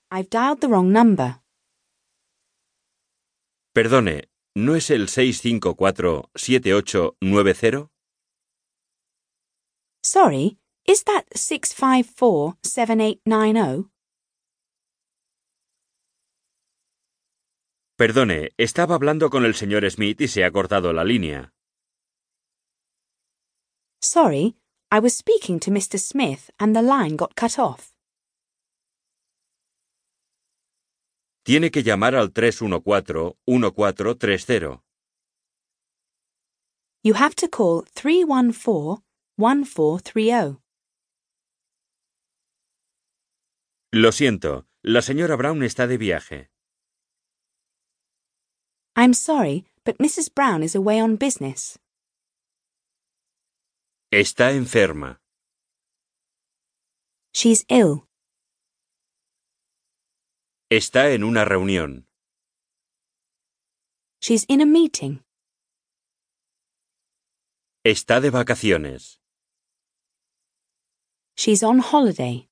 I've dialed the wrong number. Perdone, ¿no es el 654-7890? Sorry, is that 654-7890? Perdone, estaba hablando con el señor Smith y se ha cortado la línea. Sorry, I was speaking to Mr. Smith and the line got cut off. Tiene que llamar al 314-1430. You have to call 314-1430. Lo siento, la señora Brown está de viaje. I'm sorry, but Mrs. Brown is away on business. Está enferma. She's ill. Está en una reunión. She's in a meeting. Está de vacaciones. She's on holiday.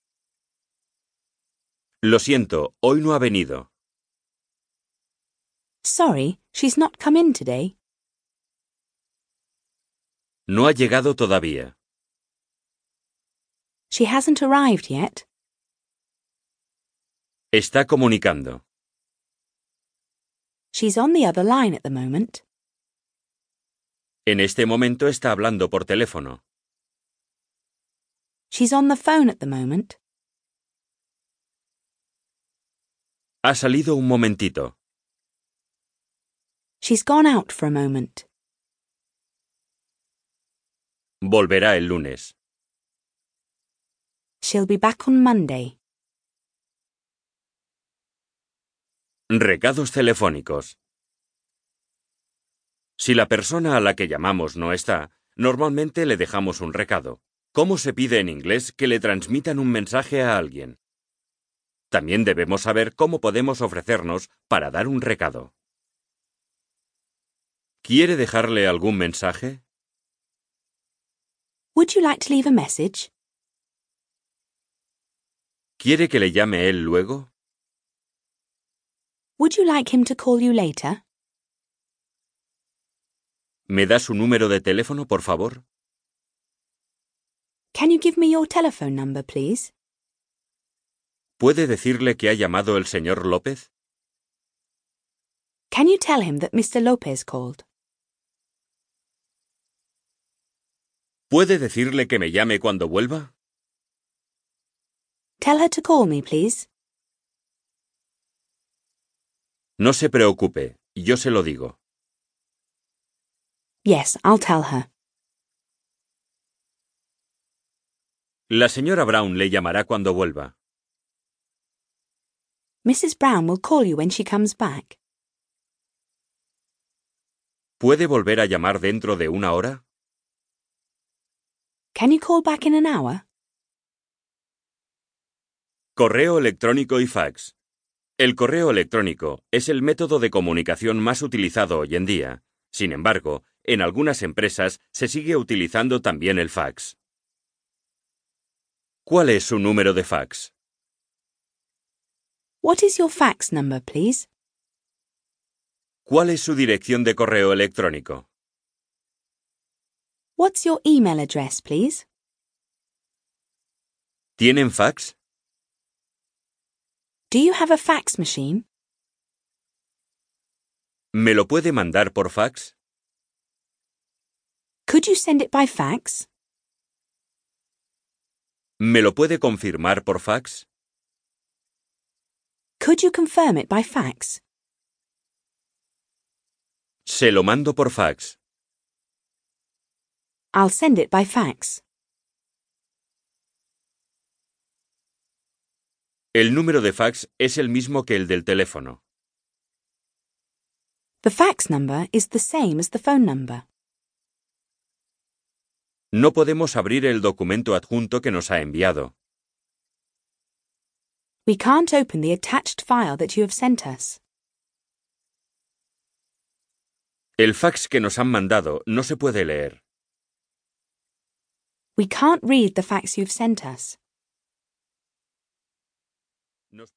Lo siento, hoy no ha venido. Sorry, she's not come in today. No ha llegado todavía. She hasn't arrived yet. Está comunicando. She's on the other line at the moment. En este momento está hablando por teléfono. She's on the phone at the moment. Ha salido un momentito. She's gone out for a moment. Volverá el lunes. She'll be back on Monday. Recados telefónicos. Si la persona a la que llamamos no está, normalmente le dejamos un recado. ¿Cómo se pide en inglés que le transmitan un mensaje a alguien? También debemos saber cómo podemos ofrecernos para dar un recado. ¿Quiere dejarle algún mensaje? Would you like to leave a message? ¿Quiere que le llame él luego? Would you like him to call you later? ¿Me da su número de teléfono, por favor? Can you give me your telephone number, please? ¿Puede decirle que ha llamado el señor López? Can you tell him that Mr. Lopez called? ¿Puede decirle que me llame cuando vuelva? Tell her to call me, please. No se preocupe, yo se lo digo. Yes, I'll tell her. La señora Brown le llamará cuando vuelva. Mrs. Brown will call you when she comes back. ¿Puede volver a llamar dentro de una hora? Can you call back in an hour? Correo electrónico y fax. El correo electrónico es el método de comunicación más utilizado hoy en día. Sin embargo, en algunas empresas se sigue utilizando también el fax. ¿Cuál es su número de fax? What is your fax number, please? ¿Cuál es su dirección de correo electrónico? What's your email address, please? ¿Tienen fax? Do you have a fax machine? ¿Me lo puede mandar por fax? Could you send it by fax? ¿Me lo puede confirmar por fax? Could you confirm it by fax? Se lo mando por fax. I'll send it by fax. El número de fax es el mismo que el del teléfono. The fax number is the same as the phone number. No podemos abrir el documento adjunto que nos ha enviado. We can't open the attached file that you have sent us. El fax que nos han mandado no se puede leer. We can't read the fax you've sent us. Nos